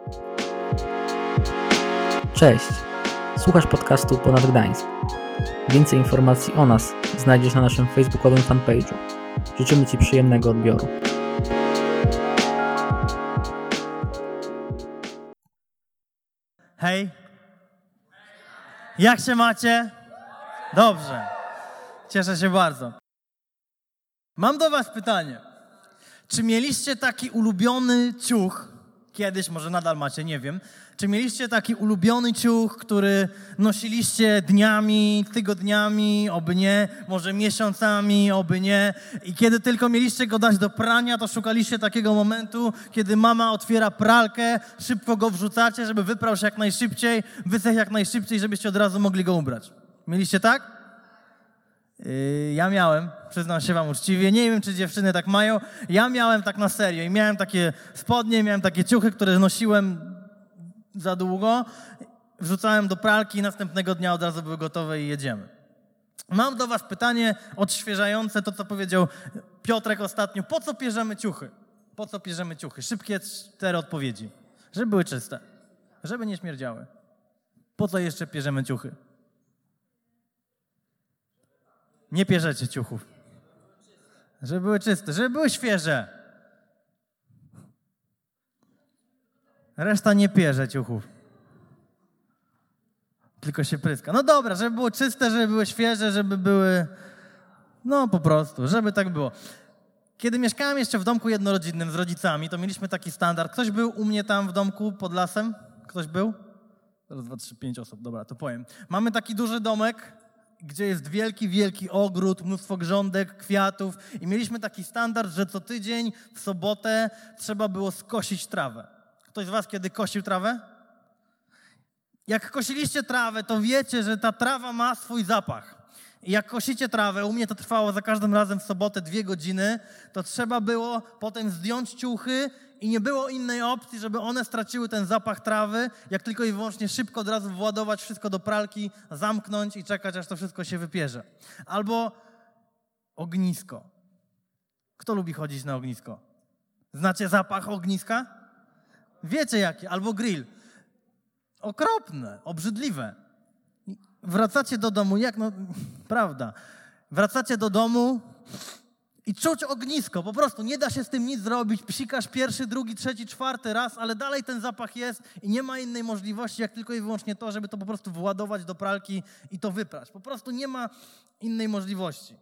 Cześć! Słuchasz podcastu Ponad Gdańsk. Więcej informacji o nas znajdziesz na naszym facebookowym fanpage'u. Życzymy Ci przyjemnego odbioru. Hej! Jak się macie? Dobrze. Cieszę się bardzo. Mam do was pytanie. Czy mieliście taki ulubiony ciuch? Kiedyś, może nadal macie, nie wiem. Czy mieliście taki ulubiony ciuch, który nosiliście dniami, tygodniami, oby nie, może miesiącami, oby nie. I kiedy tylko mieliście go dać do prania, to szukaliście takiego momentu, kiedy mama otwiera pralkę, szybko go wrzucacie, żeby wyprał się jak najszybciej, wysechł jak najszybciej, żebyście od razu mogli go ubrać. Mieliście tak? Ja miałem, przyznam się wam uczciwie, nie wiem, czy dziewczyny tak mają, ja miałem tak na serio i miałem takie spodnie, miałem takie ciuchy, które nosiłem za długo, wrzucałem do pralki i następnego dnia od razu były gotowe i jedziemy. Mam do was pytanie odświeżające, to co powiedział Piotrek ostatnio, po co pierzemy ciuchy? Po co pierzemy ciuchy? Szybkie 4 odpowiedzi. Żeby były czyste, żeby nie śmierdziały. Po co jeszcze pierzemy ciuchy? Nie pierzecie ciuchów. Żeby były czyste, żeby były świeże. Reszta nie pierze ciuchów. Tylko się pryska. No dobra, żeby było czyste, żeby były świeże, żeby były... No po prostu, żeby tak było. Kiedy mieszkałem jeszcze w domku jednorodzinnym z rodzicami, to mieliśmy taki standard. Ktoś był u mnie tam w domku pod lasem? Ktoś był? 1, 2, 3, 5 osób. Dobra, to powiem. Mamy taki duży domek, gdzie jest wielki, wielki ogród, mnóstwo grządek, kwiatów i mieliśmy taki standard, że co tydzień w sobotę trzeba było skosić trawę. Ktoś z was kiedy kosił trawę? Jak kosiliście trawę, to wiecie, że ta trawa ma swój zapach. I jak kosicie trawę, u mnie to trwało za każdym razem w sobotę 2 godziny, to trzeba było potem zdjąć ciuchy i nie było innej opcji, żeby one straciły ten zapach trawy, jak tylko i wyłącznie szybko od razu władować wszystko do pralki, zamknąć i czekać, aż to wszystko się wypierze. Albo ognisko. Kto lubi chodzić na ognisko? Znacie zapach ogniska? Wiecie jakie? Albo grill. Okropne, obrzydliwe. Wracacie do domu, prawda, wracacie do domu i czuć ognisko, po prostu nie da się z tym nic zrobić, psikasz 1., 2., 3., 4. raz, ale dalej ten zapach jest i nie ma innej możliwości, jak tylko i wyłącznie to, żeby to po prostu władować do pralki i to wyprać. Po prostu nie ma innej możliwości.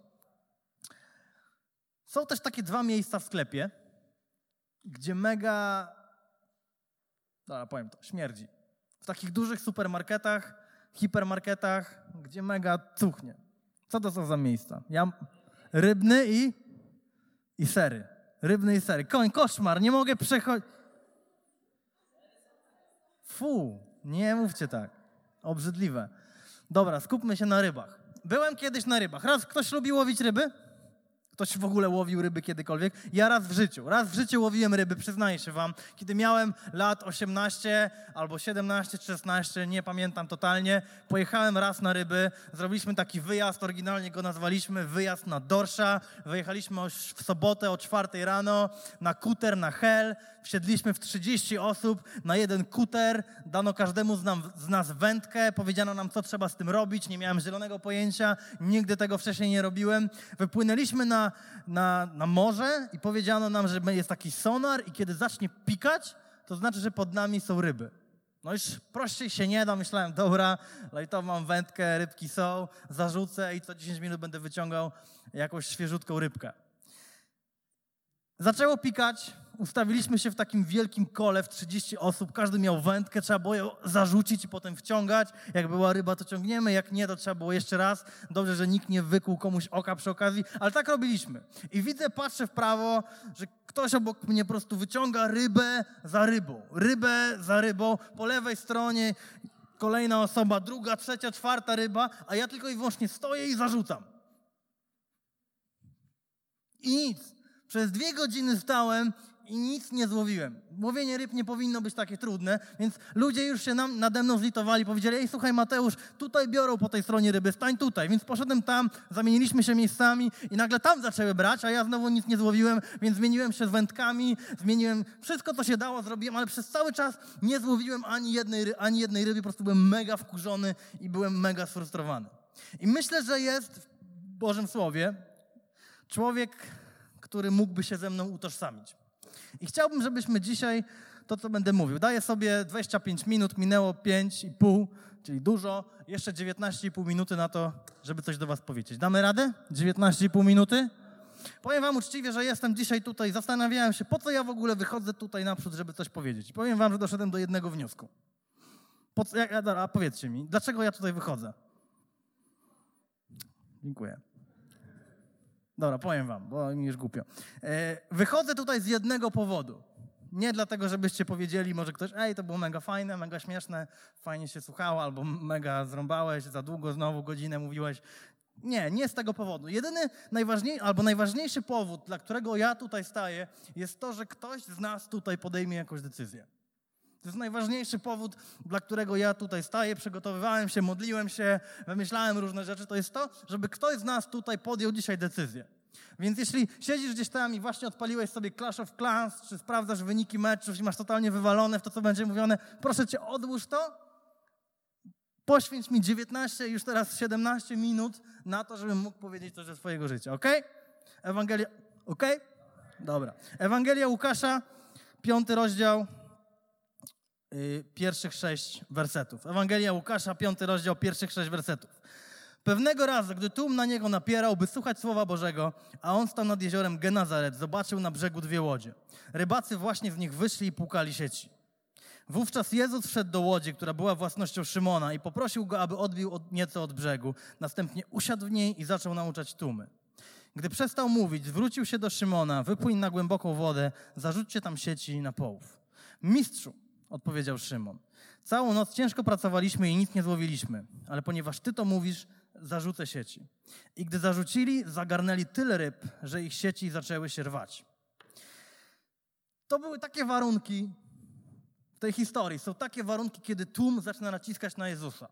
Są też takie 2 miejsca w sklepie, gdzie mega, powiem to, śmierdzi. W takich dużych supermarketach, hipermarketach, gdzie mega cuchnie. Co to są za miejsca? Rybny i sery. Rybny i sery. Koszmar, nie mogę przechodzić. Nie mówcie tak. Obrzydliwe. Dobra, skupmy się na rybach. Byłem kiedyś na rybach. Ktoś lubi łowić ryby? Ktoś w ogóle łowił ryby kiedykolwiek? Ja raz w życiu łowiłem ryby, przyznaję się wam. Kiedy miałem lat 18 albo 17, 16, nie pamiętam totalnie, pojechałem raz na ryby, zrobiliśmy taki wyjazd, oryginalnie go nazwaliśmy wyjazd na dorsza. Wyjechaliśmy w sobotę o 4 rano na kuter, na hel. Wsiedliśmy w 30 osób na jeden kuter, dano każdemu z nas wędkę, powiedziano nam, co trzeba z tym robić, nie miałem zielonego pojęcia, nigdy tego wcześniej nie robiłem. Wypłynęliśmy na morze i powiedziano nam, że jest taki sonar i kiedy zacznie pikać, to znaczy, że pod nami są ryby. No już prościej się nie da, myślałem, dobra, to mam wędkę, rybki są, zarzucę i co 10 minut będę wyciągał jakąś świeżutką rybkę. Zaczęło pikać, ustawiliśmy się w takim wielkim kole w 30 osób, każdy miał wędkę, trzeba było ją zarzucić i potem wciągać. Jak była ryba, to ciągniemy, jak nie, to trzeba było jeszcze raz. Dobrze, że nikt nie wykłuł komuś oka przy okazji, ale tak robiliśmy. I patrzę w prawo, że ktoś obok mnie po prostu wyciąga rybę za rybą, po lewej stronie kolejna osoba, 2., 3., 4. ryba, a ja tylko i wyłącznie stoję i zarzucam. I nic. Przez 2 godziny stałem i nic nie złowiłem. Łowienie ryb nie powinno być takie trudne, więc ludzie już się nade mną zlitowali, powiedzieli: ej, słuchaj Mateusz, tutaj biorą po tej stronie ryby, stań tutaj. Więc poszedłem tam, zamieniliśmy się miejscami i nagle tam zaczęły brać, a ja znowu nic nie złowiłem, więc zmieniłem się z wędkami, zmieniłem wszystko, co się dało, zrobiłem, ale przez cały czas nie złowiłem ani jednej ryby, po prostu byłem mega wkurzony i byłem mega sfrustrowany. I myślę, że jest w Bożym Słowie człowiek, który mógłby się ze mną utożsamić. I chciałbym, żebyśmy dzisiaj to, co będę mówił, daję sobie 25 minut, minęło 5,5, czyli dużo, jeszcze 19,5 minuty na to, żeby coś do was powiedzieć. Damy radę? 19,5 minuty? Powiem wam uczciwie, że jestem dzisiaj tutaj, zastanawiałem się, po co ja w ogóle wychodzę tutaj naprzód, żeby coś powiedzieć. I powiem wam, że doszedłem do jednego wniosku. A powiedzcie mi, dlaczego ja tutaj wychodzę? Dziękuję. Dobra, powiem wam, bo mi już głupio. Wychodzę tutaj z jednego powodu. Nie dlatego, żebyście powiedzieli może ktoś: ej, to było mega fajne, mega śmieszne, fajnie się słuchało, albo mega zrąbałeś, za długo znowu godzinę mówiłeś. Nie z tego powodu. Jedyny najważniejszy powód, dla którego ja tutaj staję, jest to, że ktoś z nas tutaj podejmie jakąś decyzję. To jest najważniejszy powód, dla którego ja tutaj staję, przygotowywałem się, modliłem się, wymyślałem różne rzeczy. To jest to, żeby ktoś z nas tutaj podjął dzisiaj decyzję. Więc jeśli siedzisz gdzieś tam i właśnie odpaliłeś sobie Clash of Clans, czy sprawdzasz wyniki meczów i masz totalnie wywalone w to, co będzie mówione, proszę cię, odłóż to, poświęć mi 19, już teraz 17 minut na to, żebym mógł powiedzieć coś ze swojego życia, okej? Ewangelia, okej? Dobra. Ewangelia Łukasza, 5 rozdział, pierwszych 6 wersetów. Ewangelia Łukasza, 5 rozdział, pierwszych 6 wersetów. Pewnego razu, gdy tłum na niego napierał, by słuchać Słowa Bożego, a on stał nad jeziorem Genazaret, zobaczył na brzegu 2 łodzie. Rybacy właśnie z nich wyszli i płukali sieci. Wówczas Jezus wszedł do łodzi, która była własnością Szymona, i poprosił go, aby odbił nieco od brzegu. Następnie usiadł w niej i zaczął nauczać tłumy. Gdy przestał mówić, zwrócił się do Szymona: wypłyń na głęboką wodę, zarzućcie tam sieci na połów. Mistrzu, odpowiedział Szymon, całą noc ciężko pracowaliśmy i nic nie złowiliśmy, ale ponieważ ty to mówisz, zarzucę sieci. I gdy zarzucili, zagarnęli tyle ryb, że ich sieci zaczęły się rwać. To były takie warunki w tej historii. Są takie warunki, kiedy tłum zaczyna naciskać na Jezusa.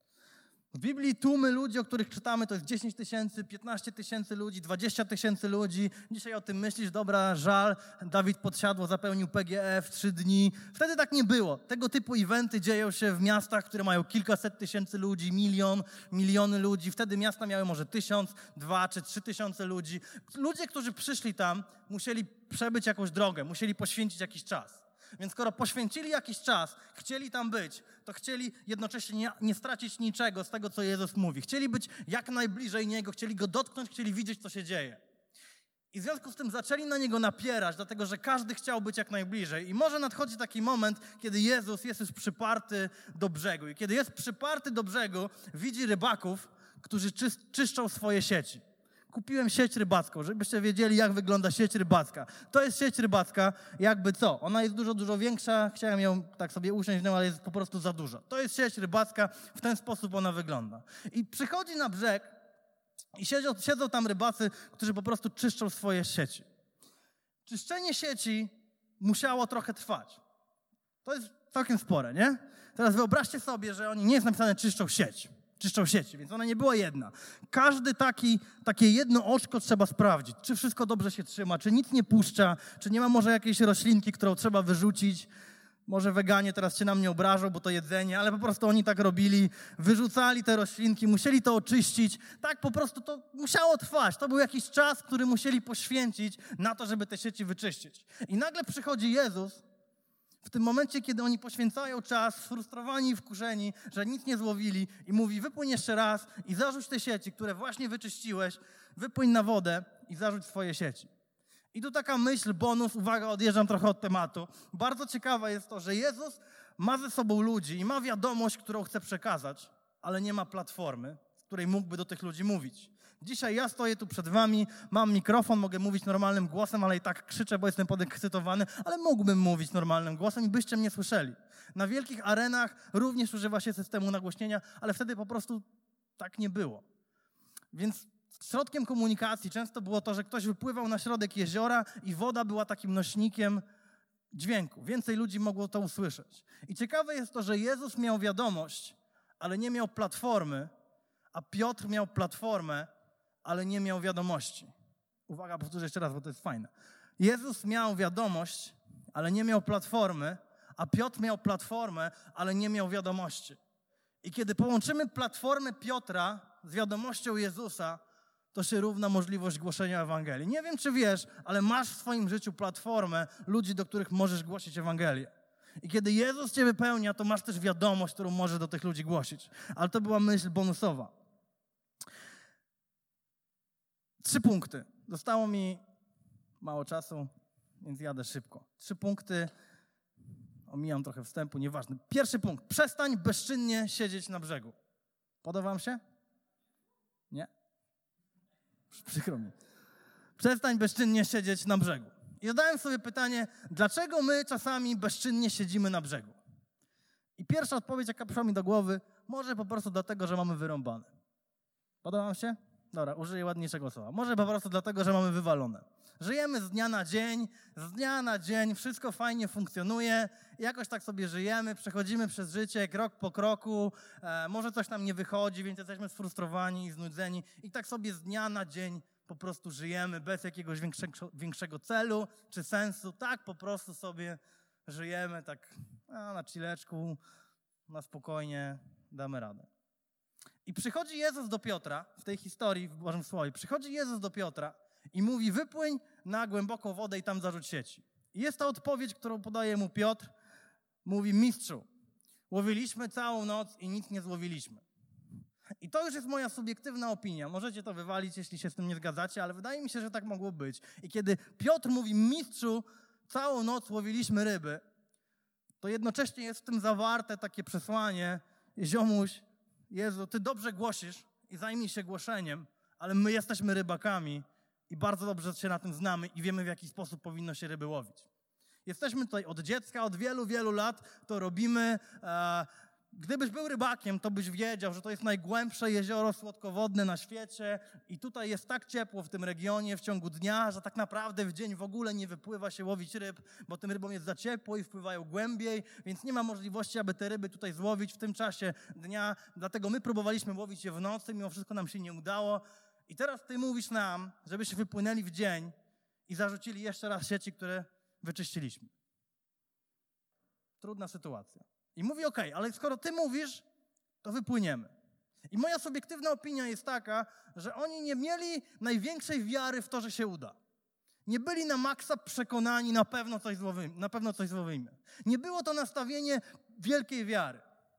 W Biblii tłumy ludzi, o których czytamy, to jest 10 000, 15 000 ludzi, 20 000 ludzi. Dzisiaj o tym myślisz, dobra, żal, Dawid Podsiadło zapełnił PGF 3 dni. Wtedy tak nie było. Tego typu eventy dzieją się w miastach, które mają kilkaset tysięcy ludzi, miliony ludzi. Wtedy miasta miały może 1000, 2 czy 3 tysiące ludzi. Ludzie, którzy przyszli tam, musieli przebyć jakąś drogę, musieli poświęcić jakiś czas. Więc skoro poświęcili jakiś czas, chcieli tam być, to chcieli jednocześnie nie stracić niczego z tego, co Jezus mówi. Chcieli być jak najbliżej Niego, chcieli Go dotknąć, chcieli widzieć, co się dzieje. I w związku z tym zaczęli na Niego napierać, dlatego że każdy chciał być jak najbliżej. I może nadchodzi taki moment, kiedy Jezus jest już przyparty do brzegu. I kiedy jest przyparty do brzegu, widzi rybaków, którzy czyszczą swoje sieci. Kupiłem sieć rybacką, żebyście wiedzieli, jak wygląda sieć rybacka. To jest sieć rybacka, jakby co? Ona jest dużo, dużo większa. Chciałem ją tak sobie usiąść, ale jest po prostu za duża. To jest sieć rybacka, w ten sposób ona wygląda. I przychodzi na brzeg i siedzą tam rybacy, którzy po prostu czyszczą swoje sieci. Czyszczenie sieci musiało trochę trwać. To jest całkiem spore, nie? Teraz wyobraźcie sobie, że oni, nie jest napisane czyszczą sieci, więc ona nie była jedna. Każdy takie jedno oczko trzeba sprawdzić, czy wszystko dobrze się trzyma, czy nic nie puszcza, czy nie ma może jakiejś roślinki, którą trzeba wyrzucić. Może weganie teraz się na mnie obrażą, bo to jedzenie, ale po prostu oni tak robili, wyrzucali te roślinki, musieli to oczyścić. Tak po prostu to musiało trwać. To był jakiś czas, który musieli poświęcić na to, żeby te sieci wyczyścić. I nagle przychodzi Jezus, w tym momencie, kiedy oni poświęcają czas, sfrustrowani i wkurzeni, że nic nie złowili, i mówi: wypłyń jeszcze raz i zarzuć te sieci, które właśnie wyczyściłeś, wypłyń na wodę i zarzuć swoje sieci. I tu taka myśl, bonus, uwaga, odjeżdżam trochę od tematu. Bardzo ciekawe jest to, że Jezus ma ze sobą ludzi i ma wiadomość, którą chce przekazać, ale nie ma platformy, z której mógłby do tych ludzi mówić. Dzisiaj ja stoję tu przed wami, mam mikrofon, mogę mówić normalnym głosem, ale i tak krzyczę, bo jestem podekscytowany, ale mógłbym mówić normalnym głosem i byście mnie słyszeli. Na wielkich arenach również używa się systemu nagłośnienia, ale wtedy po prostu tak nie było. Więc Środkiem komunikacji często było to, że ktoś wypływał na środek jeziora i woda była takim nośnikiem dźwięku. Więcej ludzi mogło to usłyszeć. I ciekawe jest to, że Jezus miał wiadomość, ale nie miał platformy, a Piotr miał platformę, ale nie miał wiadomości. Uwaga, powtórzę jeszcze raz, bo to jest fajne. Jezus miał wiadomość, ale nie miał platformy, a Piotr miał platformę, ale nie miał wiadomości. I kiedy połączymy platformę Piotra z wiadomością Jezusa, to się równa możliwość głoszenia Ewangelii. Nie wiem, czy wiesz, ale masz w swoim życiu platformę ludzi, do których możesz głosić Ewangelię. I kiedy Jezus cię wypełnia, to masz też wiadomość, którą możesz do tych ludzi głosić. Ale to była myśl bonusowa. 3 punkty. Zostało mi mało czasu, więc jadę szybko. 3 punkty. Omijam trochę wstępu, nieważne. Pierwszy punkt. Przestań bezczynnie siedzieć na brzegu. Podoba wam się? Nie? Przykro mi. Przestań bezczynnie siedzieć na brzegu. I zadałem sobie pytanie, dlaczego my czasami bezczynnie siedzimy na brzegu? I pierwsza odpowiedź, jaka przyszła mi do głowy, może po prostu dlatego, że mamy wyrąbane. Podoba wam się? Dobra, użyję ładniejszego słowa. Może po prostu dlatego, że mamy wywalone. Żyjemy z dnia na dzień, wszystko fajnie funkcjonuje, jakoś tak sobie żyjemy, przechodzimy przez życie krok po kroku, może coś nam nie wychodzi, więc jesteśmy sfrustrowani i znudzeni i tak sobie z dnia na dzień po prostu żyjemy bez jakiegoś większego celu czy sensu. Tak po prostu sobie żyjemy, tak na chilleczku, na spokojnie, damy radę. I przychodzi Jezus do Piotra, w tej historii, w Bożym Słowie, przychodzi Jezus do Piotra i mówi, wypłyń na głęboką wodę i tam zarzuć sieci. I jest ta odpowiedź, którą podaje mu Piotr, mówi, mistrzu, łowiliśmy całą noc i nic nie złowiliśmy. I to już jest moja subiektywna opinia. Możecie to wywalić, jeśli się z tym nie zgadzacie, ale wydaje mi się, że tak mogło być. I kiedy Piotr mówi, mistrzu, całą noc łowiliśmy ryby, to jednocześnie jest w tym zawarte takie przesłanie, ziomuś, Jezu, Ty dobrze głosisz i zajmij się głoszeniem, ale my jesteśmy rybakami i bardzo dobrze się na tym znamy i wiemy, w jaki sposób powinno się ryby łowić. Jesteśmy tutaj od dziecka, od wielu, wielu lat to robimy. Gdybyś był rybakiem, to byś wiedział, że to jest najgłębsze jezioro słodkowodne na świecie i tutaj jest tak ciepło w tym regionie w ciągu dnia, że tak naprawdę w dzień w ogóle nie wypływa się łowić ryb, bo tym rybom jest za ciepło i wpływają głębiej, więc nie ma możliwości, aby te ryby tutaj złowić w tym czasie dnia. Dlatego my próbowaliśmy łowić je w nocy, mimo wszystko nam się nie udało. I teraz Ty mówisz nam, żebyśmy wypłynęli w dzień i zarzucili jeszcze raz sieci, które wyczyściliśmy. Trudna sytuacja. I mówi, okej, ale skoro Ty mówisz, to wypłyniemy. I moja subiektywna opinia jest taka, że oni nie mieli największej wiary w to, że się uda. Nie byli na maksa przekonani, na pewno coś złowimy. Nie było to nastawienie wielkiej wiary.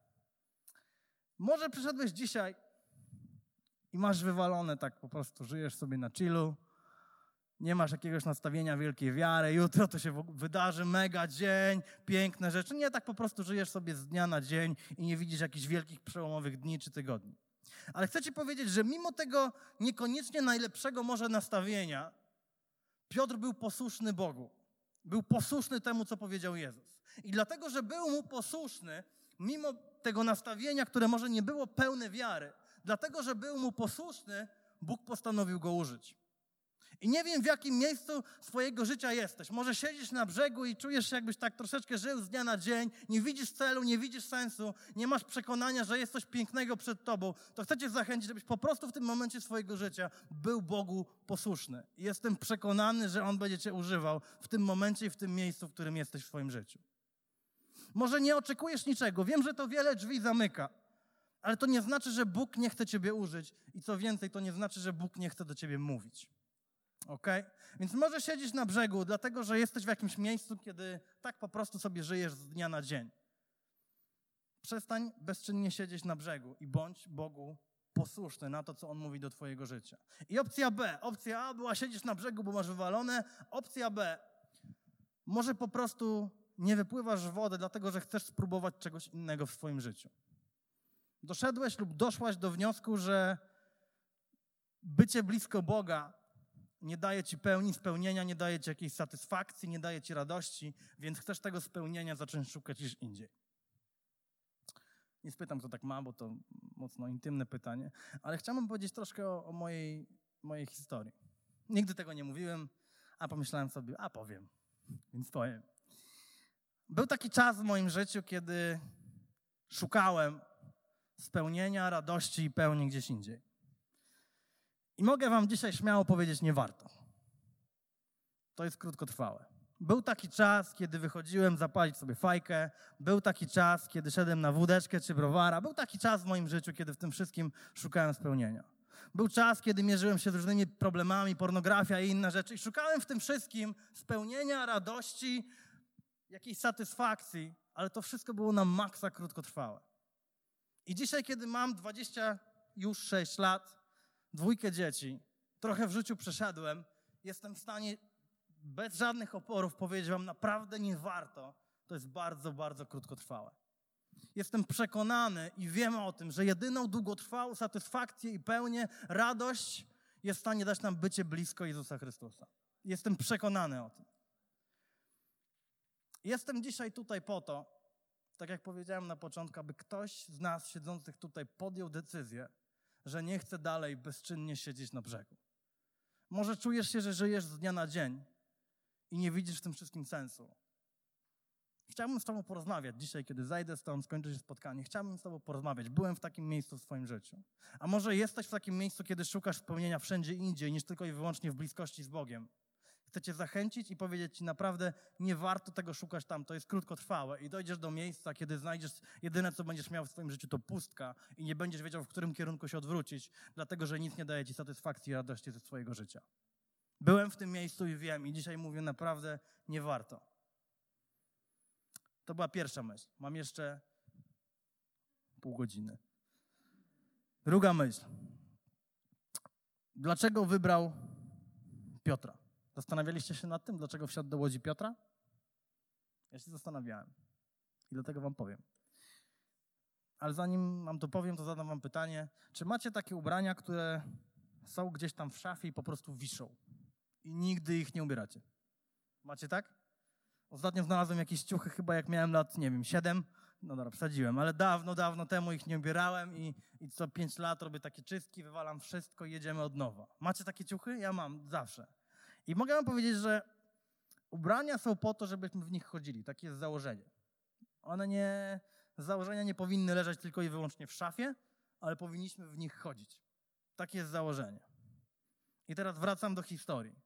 Może przyszedłeś dzisiaj i masz wywalone tak po prostu, żyjesz sobie na chillu, nie masz jakiegoś nastawienia wielkiej wiary, jutro to się wydarzy, mega dzień, piękne rzeczy. Nie, tak po prostu żyjesz sobie z dnia na dzień i nie widzisz jakichś wielkich, przełomowych dni czy tygodni. Ale chcę Ci powiedzieć, że mimo tego niekoniecznie najlepszego może nastawienia, Piotr był posłuszny Bogu. Był posłuszny temu, co powiedział Jezus. I dlatego, że był mu posłuszny, mimo tego nastawienia, które może nie było pełne wiary, dlatego, że był mu posłuszny, Bóg postanowił go użyć. I nie wiem, w jakim miejscu swojego życia jesteś. Może siedzisz na brzegu i czujesz się, jakbyś tak troszeczkę żył z dnia na dzień, nie widzisz celu, nie widzisz sensu, nie masz przekonania, że jest coś pięknego przed tobą. To chcę Cię zachęcić, żebyś po prostu w tym momencie swojego życia był Bogu posłuszny. I jestem przekonany, że On będzie Cię używał w tym momencie i w tym miejscu, w którym jesteś w swoim życiu. Może nie oczekujesz niczego. Wiem, że to wiele drzwi zamyka, ale to nie znaczy, że Bóg nie chce Ciebie użyć. I co więcej, to nie znaczy, że Bóg nie chce do Ciebie mówić. Okay? Więc może siedzisz na brzegu, dlatego że jesteś w jakimś miejscu, kiedy tak po prostu sobie żyjesz z dnia na dzień. Przestań bezczynnie siedzieć na brzegu i bądź Bogu posłuszny na to, co On mówi do twojego życia. I opcja B. Opcja A była siedzisz na brzegu, bo masz wywalone. Opcja B. Może po prostu nie wypływasz w wodę, dlatego że chcesz spróbować czegoś innego w swoim życiu. Doszedłeś lub doszłaś do wniosku, że bycie blisko Boga nie daje ci pełni spełnienia, nie daje ci jakiejś satysfakcji, nie daje ci radości, więc chcesz tego spełnienia zacząć szukać gdzieś indziej. Nie spytam, co tak ma, bo to mocno intymne pytanie, ale chciałbym powiedzieć troszkę o mojej mojej historii. Nigdy tego nie mówiłem, a pomyślałem sobie, powiem, więc powiem. Był taki czas w moim życiu, kiedy szukałem spełnienia, radości i pełni gdzieś indziej. I mogę wam dzisiaj śmiało powiedzieć, nie warto. To jest krótkotrwałe. Był taki czas, kiedy wychodziłem zapalić sobie fajkę. Był taki czas, kiedy szedłem na wódeczkę czy browara. Był taki czas w moim życiu, kiedy w tym wszystkim szukałem spełnienia. Był czas, kiedy mierzyłem się z różnymi problemami, pornografia i inne rzeczy. I szukałem w tym wszystkim spełnienia, radości, jakiejś satysfakcji, ale to wszystko było na maksa krótkotrwałe. I dzisiaj, kiedy mam 26 lat, 2 dzieci, trochę w życiu przeszedłem, jestem w stanie bez żadnych oporów powiedzieć wam, naprawdę nie warto. To jest bardzo, bardzo krótkotrwałe. Jestem przekonany i wiem o tym, że jedyną długotrwałą satysfakcję i pełnię, radość jest w stanie dać nam bycie blisko Jezusa Chrystusa. Jestem przekonany o tym. Jestem dzisiaj tutaj po to, tak jak powiedziałem na początku, aby ktoś z nas siedzących tutaj podjął decyzję, że nie chce dalej bezczynnie siedzieć na brzegu. Może czujesz się, że żyjesz z dnia na dzień i nie widzisz w tym wszystkim sensu. Chciałbym z tobą porozmawiać dzisiaj, kiedy zajdę stąd, skończy się spotkanie. Chciałbym z tobą porozmawiać. Byłem w takim miejscu w swoim życiu. A może jesteś w takim miejscu, kiedy szukasz spełnienia wszędzie indziej, niż tylko i wyłącznie w bliskości z Bogiem. Chcę cię zachęcić i powiedzieć ci, naprawdę nie warto tego szukać tam. To jest krótkotrwałe i dojdziesz do miejsca, kiedy znajdziesz jedyne, co będziesz miał w swoim życiu, to pustka i nie będziesz wiedział, w którym kierunku się odwrócić, dlatego, że nic nie daje ci satysfakcji i radości ze swojego życia. Byłem w tym miejscu i wiem i dzisiaj mówię, naprawdę nie warto. To była pierwsza myśl. Mam jeszcze pół godziny. Druga myśl. Dlaczego wybrał Piotra? Zastanawialiście się nad tym, dlaczego wsiadł do łodzi Piotra? Ja się zastanawiałem i dlatego wam powiem. Ale zanim wam to powiem, to zadam wam pytanie. Czy macie takie ubrania, które są gdzieś tam w szafie i po prostu wiszą i nigdy ich nie ubieracie? Macie tak? Ostatnio znalazłem jakieś ciuchy, chyba jak miałem lat, 7. No dobra, przesadziłem, ale dawno temu ich nie ubierałem i co 5 lat robię takie czystki, wywalam wszystko i jedziemy od nowa. Macie takie ciuchy? Ja mam zawsze. I mogę wam powiedzieć, że ubrania są po to, żebyśmy w nich chodzili. Takie jest założenie. Z założenia nie powinny leżeć tylko i wyłącznie w szafie, ale powinniśmy w nich chodzić. Takie jest założenie. I teraz wracam do historii.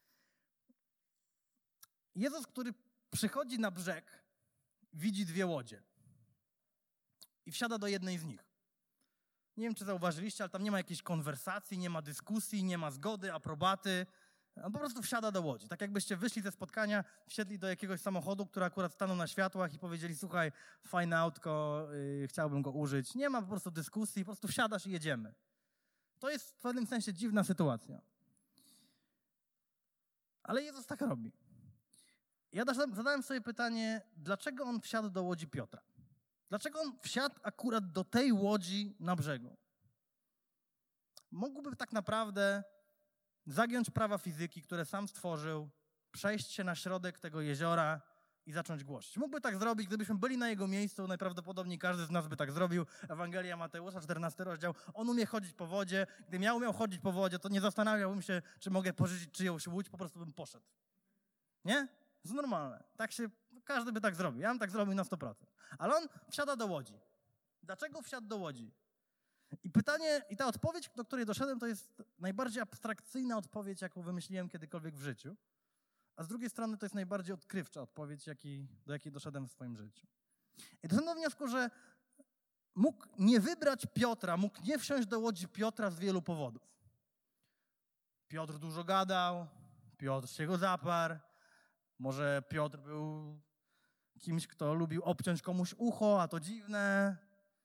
Jezus, który przychodzi na brzeg, widzi 2 łodzie i wsiada do jednej z nich. Nie wiem, czy zauważyliście, ale tam nie ma jakiejś konwersacji, nie ma dyskusji, nie ma zgody, aprobaty. On po prostu wsiada do łodzi. Tak jakbyście wyszli ze spotkania, wsiedli do jakiegoś samochodu, który akurat stanął na światłach i powiedzieli, słuchaj, fajne autko, chciałbym go użyć. Nie ma po prostu dyskusji, po prostu wsiadasz i jedziemy. To jest w pewnym sensie dziwna sytuacja. Ale Jezus tak robi. Ja zadałem sobie pytanie, dlaczego on wsiadł do łodzi Piotra? Dlaczego on wsiadł akurat do tej łodzi na brzegu? Mógłby tak naprawdę zagiąć prawa fizyki, które sam stworzył, przejść się na środek tego jeziora i zacząć głosić. Mógłby tak zrobić, gdybyśmy byli na jego miejscu, najprawdopodobniej każdy z nas by tak zrobił. Ewangelia Mateusza, 14 rozdział. On umie chodzić po wodzie. Gdybym ja umiał chodzić po wodzie, to nie zastanawiałbym się, czy mogę pożyczyć czyjąś łódź, po prostu bym poszedł. Nie? To jest normalne. Każdy by tak zrobił. Ja bym tak zrobił na 100%. Ale on wsiada do łodzi. Dlaczego wsiadł do łodzi? I pytanie, i ta odpowiedź, do której doszedłem, to jest najbardziej abstrakcyjna odpowiedź, jaką wymyśliłem kiedykolwiek w życiu. A z drugiej strony to jest najbardziej odkrywcza odpowiedź, do jakiej doszedłem w swoim życiu. I doszedłem do wniosku, że mógł nie wybrać Piotra, mógł nie wsiąść do łodzi Piotra z wielu powodów. Piotr dużo gadał, Piotr się go zaparł, może Piotr był kimś, kto lubił obciąć komuś ucho, a to dziwne.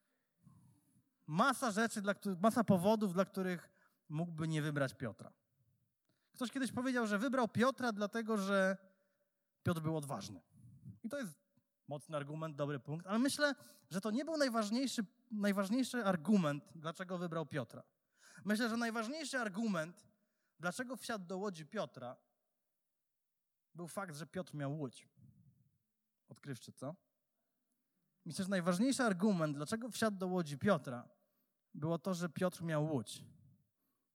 Masa rzeczy, masa powodów, dla których mógłby nie wybrać Piotra. Ktoś kiedyś powiedział, że wybrał Piotra dlatego, że Piotr był odważny. I to jest mocny argument, dobry punkt, ale myślę, że to nie był najważniejszy argument, dlaczego wybrał Piotra. Myślę, że najważniejszy argument, dlaczego wsiadł do łodzi Piotra, był fakt, że Piotr miał łódź. Odkrywczy, co? Myślę, że najważniejszy argument, dlaczego wsiadł do łodzi Piotra, było to, że Piotr miał łódź.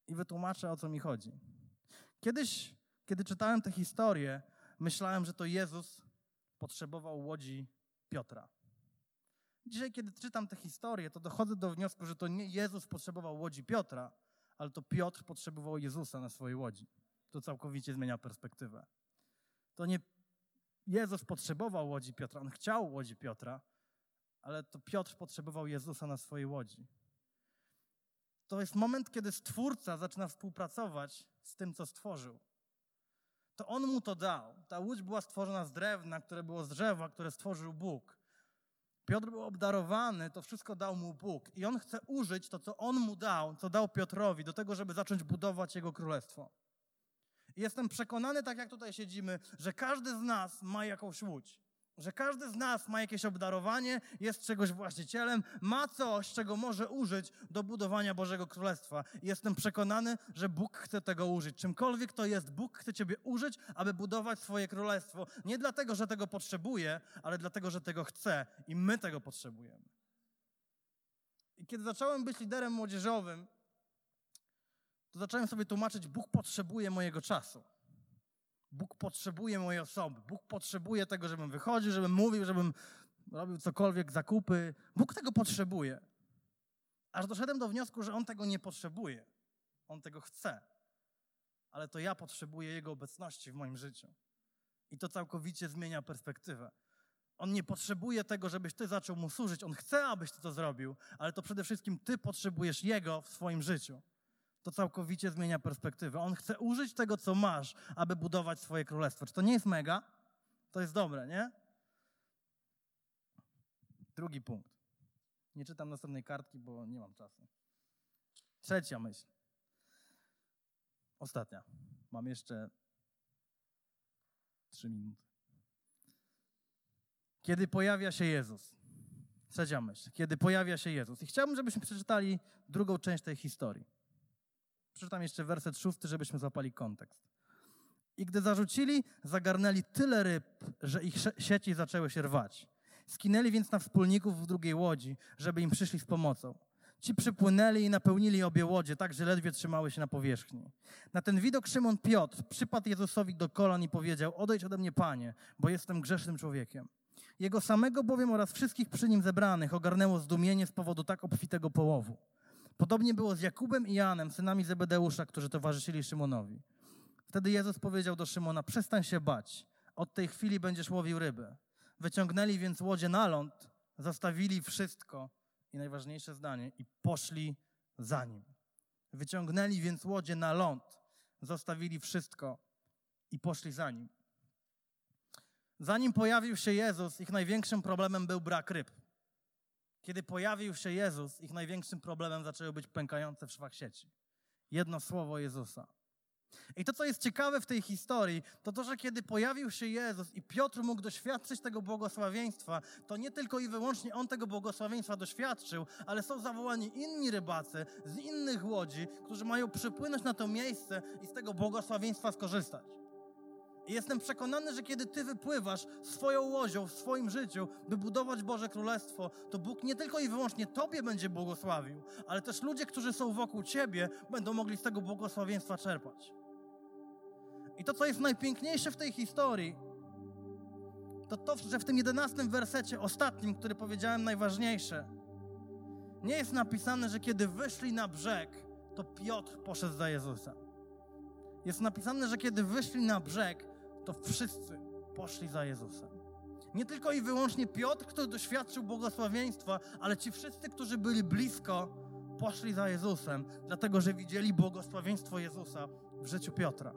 i wytłumaczę, o co mi chodzi. Kiedyś, kiedy czytałem tę historię, myślałem, że to Jezus potrzebował łodzi Piotra. Dzisiaj, kiedy czytam tę historię, to dochodzę do wniosku, że to nie Jezus potrzebował łodzi Piotra, ale to Piotr potrzebował Jezusa na swojej łodzi. To całkowicie zmienia perspektywę. To nie Jezus potrzebował łodzi Piotra, on chciał łodzi Piotra, ale to Piotr potrzebował Jezusa na swojej łodzi. To jest moment, kiedy Stwórca zaczyna współpracować z tym, co stworzył. To On mu to dał. Ta łódź była stworzona z drewna, które było z drzewa, które stworzył Bóg. Piotr był obdarowany, to wszystko dał mu Bóg. I on chce użyć to, co On mu dał, co dał Piotrowi, do tego, żeby zacząć budować Jego królestwo. I jestem przekonany, tak jak tutaj siedzimy, że każdy z nas ma jakąś łódź. Że każdy z nas ma jakieś obdarowanie, jest czegoś właścicielem, ma coś, czego może użyć do budowania Bożego Królestwa. I jestem przekonany, że Bóg chce tego użyć. Czymkolwiek to jest, Bóg chce ciebie użyć, aby budować swoje królestwo. Nie dlatego, że tego potrzebuje, ale dlatego, że tego chce i my tego potrzebujemy. I kiedy zacząłem być liderem młodzieżowym, to zacząłem sobie tłumaczyć, Bóg potrzebuje mojego czasu. Bóg potrzebuje mojej osoby. Bóg potrzebuje tego, żebym wychodził, żebym mówił, żebym robił cokolwiek, zakupy. Bóg tego potrzebuje. Aż doszedłem do wniosku, że On tego nie potrzebuje. On tego chce. Ale to ja potrzebuję Jego obecności w moim życiu. I to całkowicie zmienia perspektywę. On nie potrzebuje tego, żebyś ty zaczął Mu służyć. On chce, abyś ty to zrobił, ale to przede wszystkim ty potrzebujesz Jego w swoim życiu. To całkowicie zmienia perspektywę. On chce użyć tego, co masz, aby budować swoje królestwo. Czy to nie jest mega? To jest dobre, nie? Drugi punkt. Nie czytam następnej kartki, bo nie mam czasu. Trzecia myśl. Ostatnia. Mam jeszcze 3 minuty. Kiedy pojawia się Jezus. Trzecia myśl. Kiedy pojawia się Jezus. I chciałbym, żebyśmy przeczytali drugą część tej historii. Przeczytam jeszcze werset 6, żebyśmy złapali kontekst. I gdy zarzucili, zagarnęli tyle ryb, że ich sieci zaczęły się rwać. Skinęli więc na wspólników w drugiej łodzi, żeby im przyszli z pomocą. Ci przypłynęli i napełnili obie łodzie, tak że ledwie trzymały się na powierzchni. Na ten widok Szymon Piotr przypadł Jezusowi do kolan i powiedział: odejdź ode mnie, Panie, bo jestem grzesznym człowiekiem. Jego samego bowiem oraz wszystkich przy nim zebranych ogarnęło zdumienie z powodu tak obfitego połowu. Podobnie było z Jakubem i Janem, synami Zebedeusza, którzy towarzyszyli Szymonowi. Wtedy Jezus powiedział do Szymona: przestań się bać, od tej chwili będziesz łowił ryby. Wyciągnęli więc łodzie na ląd, zostawili wszystko i najważniejsze zdanie, i poszli za Nim. Wyciągnęli więc łodzie na ląd, zostawili wszystko i poszli za Nim. Zanim pojawił się Jezus, ich największym problemem był brak ryb. Kiedy pojawił się Jezus, ich największym problemem zaczęły być pękające w szwach sieci. Jedno słowo Jezusa. I to, co jest ciekawe w tej historii, to to, że kiedy pojawił się Jezus i Piotr mógł doświadczyć tego błogosławieństwa, to nie tylko i wyłącznie on tego błogosławieństwa doświadczył, ale są zawołani inni rybacy z innych łodzi, którzy mają przypłynąć na to miejsce i z tego błogosławieństwa skorzystać. I jestem przekonany, że kiedy ty wypływasz swoją łodzią w swoim życiu, by budować Boże Królestwo, to Bóg nie tylko i wyłącznie tobie będzie błogosławił, ale też ludzie, którzy są wokół ciebie, będą mogli z tego błogosławieństwa czerpać. I to, co jest najpiękniejsze w tej historii, to to, że w tym 11 wersecie, ostatnim, który powiedziałem najważniejsze, nie jest napisane, że kiedy wyszli na brzeg, to Piotr poszedł za Jezusem. Jest napisane, że kiedy wyszli na brzeg, to wszyscy poszli za Jezusem. Nie tylko i wyłącznie Piotr, który doświadczył błogosławieństwa, ale ci wszyscy, którzy byli blisko, poszli za Jezusem, dlatego że widzieli błogosławieństwo Jezusa w życiu Piotra.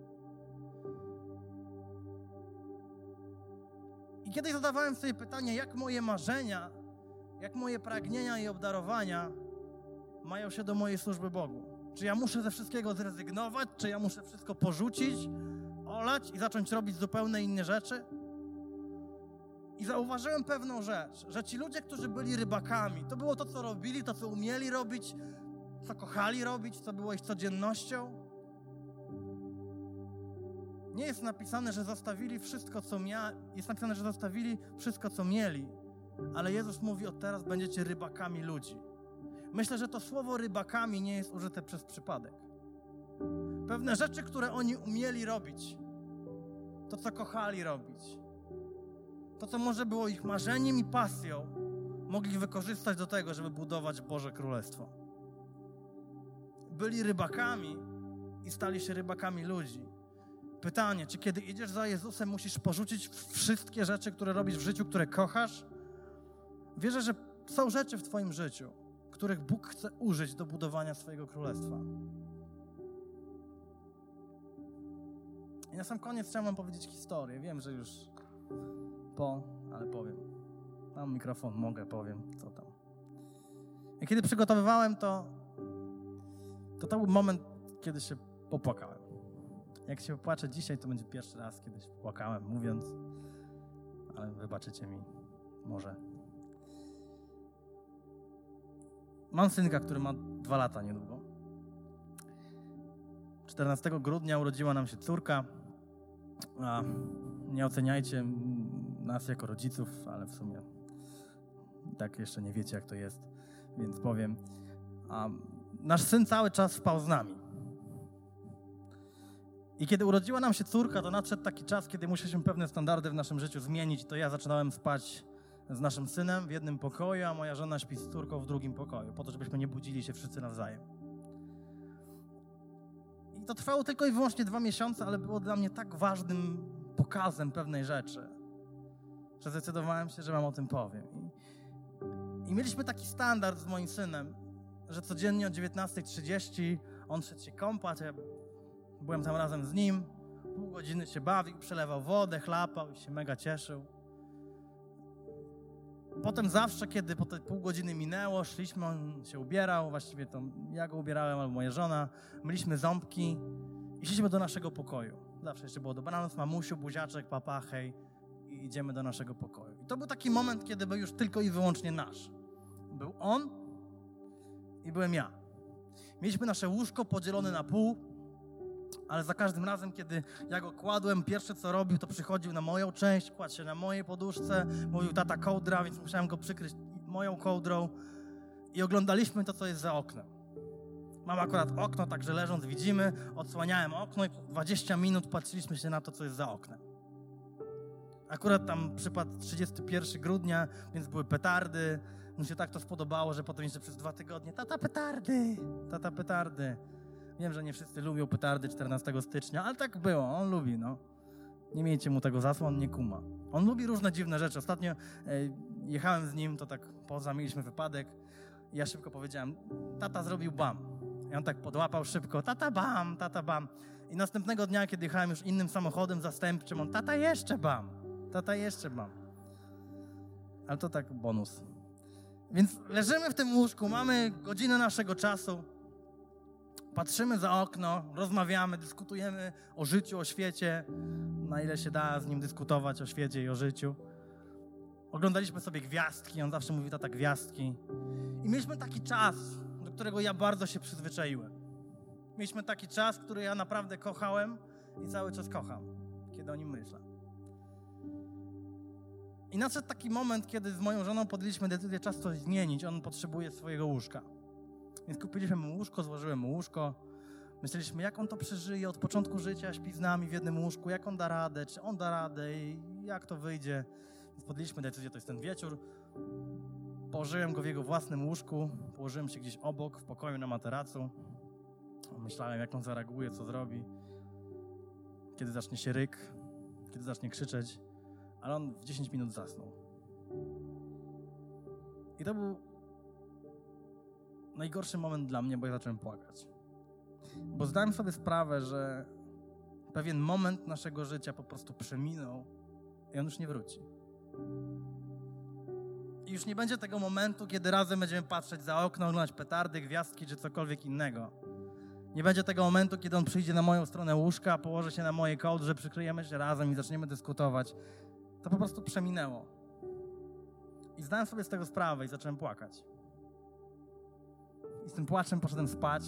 I kiedyś zadawałem sobie pytanie, jak moje marzenia, jak moje pragnienia i obdarowania mają się do mojej służby Bogu. Czy ja muszę ze wszystkiego zrezygnować? Czy ja muszę wszystko porzucić, olać i zacząć robić zupełnie inne rzeczy? I zauważyłem pewną rzecz, że ci ludzie, którzy byli rybakami, to było to, co robili, to, co umieli robić, co kochali robić, co było ich codziennością. Nie jest napisane, że zostawili wszystko, co jest napisane, że zostawili wszystko, co mieli, ale Jezus mówi: od teraz będziecie rybakami ludzi. Myślę, że to słowo rybakami nie jest użyte przez przypadek. Pewne rzeczy, które oni umieli robić. To, co kochali robić. To, co może było ich marzeniem i pasją, mogli wykorzystać do tego, żeby budować Boże Królestwo. Byli rybakami i stali się rybakami ludzi. Pytanie, czy kiedy idziesz za Jezusem, musisz porzucić wszystkie rzeczy, które robisz w życiu, które kochasz? Wierzę, że są rzeczy w twoim życiu, których Bóg chce użyć do budowania swojego królestwa. I na sam koniec chciałem wam powiedzieć historię. Wiem, że już ale powiem. Mam mikrofon, powiem, co tam. I kiedy przygotowywałem to był moment, kiedy się popłakałem. Jak się popłaczę dzisiaj, to będzie pierwszy raz, kiedy się popłakałem, mówiąc, ale wybaczycie mi, może. Mam synka, który ma 2 lata niedługo. 14 grudnia urodziła nam się córka. A nie oceniajcie nas jako rodziców, ale w sumie tak jeszcze nie wiecie, jak to jest, więc powiem. Nasz syn cały czas spał z nami. I kiedy urodziła nam się córka, to nadszedł taki czas, kiedy musieliśmy pewne standardy w naszym życiu zmienić. To ja zaczynałem spać z naszym synem w jednym pokoju, a moja żona śpi z córką w drugim pokoju, po to, żebyśmy nie budzili się wszyscy nawzajem. I to trwało tylko i wyłącznie 2 miesiące, ale było dla mnie tak ważnym pokazem pewnej rzeczy, że zdecydowałem się, że wam o tym powiem. I mieliśmy taki standard z moim synem, że codziennie o 19:30 on szedł się kąpać, ja byłem tam razem z nim, pół godziny się bawił, przelewał wodę, chlapał i się mega cieszył. Potem zawsze, kiedy po te pół godziny minęło, szliśmy, on się ubierał, właściwie to ja go ubierałem albo moja żona, myliśmy ząbki i szliśmy do naszego pokoju. Zawsze jeszcze było dobranoc, mamusiu, buziaczek, papa, hej i idziemy do naszego pokoju. I to był taki moment, kiedy był już tylko i wyłącznie nasz. Był on i byłem ja. Mieliśmy nasze łóżko podzielone na pół, ale za każdym razem, kiedy ja go kładłem, pierwsze co robił, to przychodził na moją część, kładł się na mojej poduszce, mówił tata kołdra, więc musiałem go przykryć moją kołdrą i oglądaliśmy to, co jest za oknem. Mam akurat okno, także leżąc widzimy, odsłaniałem okno i 20 minut patrzyliśmy się na to, co jest za oknem. Akurat tam przypadł 31 grudnia, więc były petardy. Mu się tak to spodobało, że potem jeszcze przez 2 tygodnie tata petardy, tata petardy. Wiem, że nie wszyscy lubią petardy 14 stycznia, ale tak było, on lubi, no. Nie miejcie mu tego za złe, on nie kuma. On lubi różne dziwne rzeczy. Ostatnio jechałem z nim, to tak mieliśmy wypadek i ja szybko powiedziałem, tata zrobił bam. I on tak podłapał szybko, tata bam, tata bam. I następnego dnia, kiedy jechałem już innym samochodem zastępczym, on tata jeszcze bam, tata jeszcze bam. Ale to tak bonus. Więc leżymy w tym łóżku, mamy godzinę naszego czasu, patrzymy za okno, rozmawiamy, dyskutujemy o życiu, o świecie, na ile się da z nim dyskutować o świecie i o życiu. Oglądaliśmy sobie gwiazdki, on zawsze mówi tata gwiazdki. I mieliśmy taki czas, do którego ja bardzo się przyzwyczaiłem. Mieliśmy taki czas, który ja naprawdę kochałem i cały czas kocham, kiedy o nim myślę. I nadszedł taki moment, kiedy z moją żoną podjęliśmy decyzję, czas coś zmienić. On potrzebuje swojego łóżka. Więc kupiliśmy mu łóżko, złożyłem mu łóżko. Myśleliśmy, jak on to przeżyje od początku życia, śpi z nami w jednym łóżku, jak on da radę, czy on da radę i jak to wyjdzie. Więc podjęliśmy decyzję, to jest ten wieczór. Położyłem go w jego własnym łóżku, położyłem się gdzieś obok, w pokoju na materacu. Myślałem, jak on zareaguje, co zrobi, kiedy zacznie się ryk, kiedy zacznie krzyczeć, ale on w 10 minut zasnął. I to był najgorszy moment dla mnie, bo ja zacząłem płakać. Bo zdałem sobie sprawę, że pewien moment naszego życia po prostu przeminął i on już nie wróci. I już nie będzie tego momentu, kiedy razem będziemy patrzeć za okno, oglądać petardy, gwiazdki czy cokolwiek innego. Nie będzie tego momentu, kiedy on przyjdzie na moją stronę łóżka, położy się na mojej kołdrze, przykryjemy się razem i zaczniemy dyskutować. To po prostu przeminęło. I zdałem sobie z tego sprawę i zacząłem płakać. I z tym płaczem poszedłem spać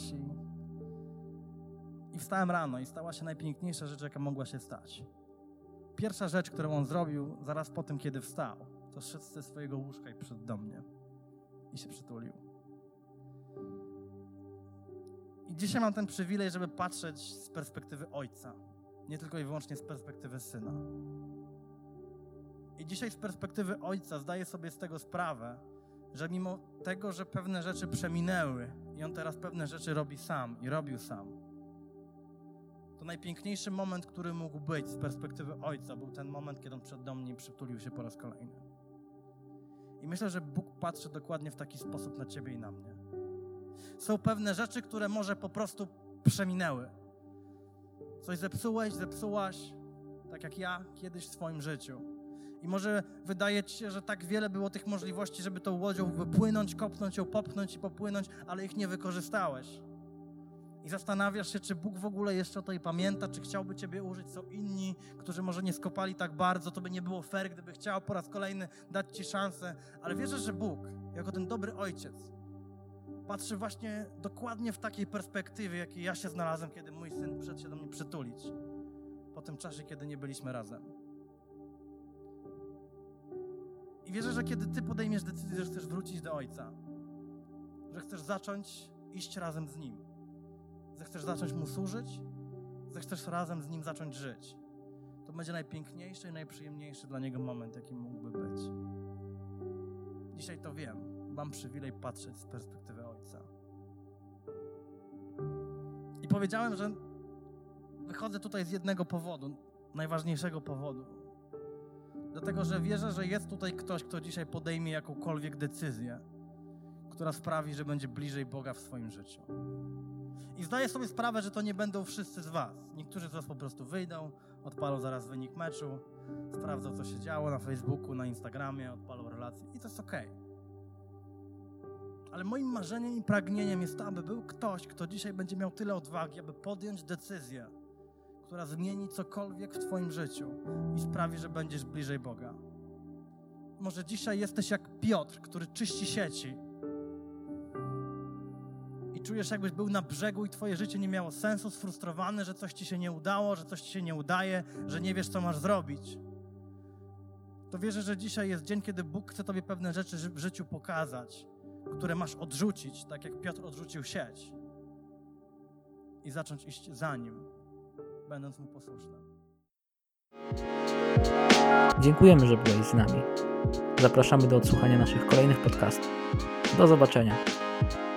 i wstałem rano i stała się najpiękniejsza rzecz, jaka mogła się stać. Pierwsza rzecz, którą on zrobił zaraz po tym, kiedy wstał, to szedł ze swojego łóżka i przyszedł do mnie i się przytulił. I dzisiaj mam ten przywilej, żeby patrzeć z perspektywy ojca, nie tylko i wyłącznie z perspektywy syna. I dzisiaj z perspektywy ojca zdaję sobie z tego sprawę, że mimo tego, że pewne rzeczy przeminęły i on teraz pewne rzeczy robi sam i robił sam, to najpiękniejszy moment, który mógł być z perspektywy ojca, był ten moment, kiedy on przed do mnie przytulił się po raz kolejny. I myślę, że Bóg patrzy dokładnie w taki sposób na ciebie i na mnie. Są pewne rzeczy, które może po prostu przeminęły. Coś zepsułaś, tak jak ja kiedyś w swoim życiu. I może wydaje ci się, że tak wiele było tych możliwości, żeby tą łodzią wypłynąć, kopnąć ją, popchnąć i popłynąć, ale ich nie wykorzystałeś. I zastanawiasz się, czy Bóg w ogóle jeszcze o tej pamięta, czy chciałby ciebie użyć. Są inni, którzy może nie skopali tak bardzo, to by nie było fair, gdyby chciał po raz kolejny dać ci szansę. Ale wierzę, że Bóg, jako ten dobry ojciec, patrzy właśnie dokładnie w takiej perspektywie, jakiej ja się znalazłem, kiedy mój syn przyszedł się do mnie przytulić. Po tym czasie, kiedy nie byliśmy razem. I wierzę, że kiedy ty podejmiesz decyzję, że chcesz wrócić do ojca, że chcesz zacząć iść razem z nim, że chcesz zacząć mu służyć, że chcesz razem z nim zacząć żyć, to będzie najpiękniejszy i najprzyjemniejszy dla niego moment, jaki mógłby być. Dzisiaj to wiem. Mam przywilej patrzeć z perspektywy ojca. I powiedziałem, że wychodzę tutaj z jednego powodu, najważniejszego powodu. Dlatego, że wierzę, że jest tutaj ktoś, kto dzisiaj podejmie jakąkolwiek decyzję, która sprawi, że będzie bliżej Boga w swoim życiu. I zdaję sobie sprawę, że to nie będą wszyscy z was. Niektórzy z was po prostu wyjdą, odpalą zaraz wynik meczu, sprawdzą, co się działo na Facebooku, na Instagramie, odpalą relacje i to jest okej. Ale moim marzeniem i pragnieniem jest to, aby był ktoś, kto dzisiaj będzie miał tyle odwagi, aby podjąć decyzję, która zmieni cokolwiek w twoim życiu i sprawi, że będziesz bliżej Boga. Może dzisiaj jesteś jak Piotr, który czyści sieci i czujesz, jakbyś był na brzegu i twoje życie nie miało sensu, sfrustrowany, że coś ci się nie udało, że coś ci się nie udaje, że nie wiesz, co masz zrobić. To wierzę, że dzisiaj jest dzień, kiedy Bóg chce tobie pewne rzeczy w życiu pokazać, które masz odrzucić, tak jak Piotr odrzucił sieć i zacząć iść za Nim, będąc Mu posłusznym. Dziękujemy, że byłeś z nami. Zapraszamy do odsłuchania naszych kolejnych podcastów. Do zobaczenia.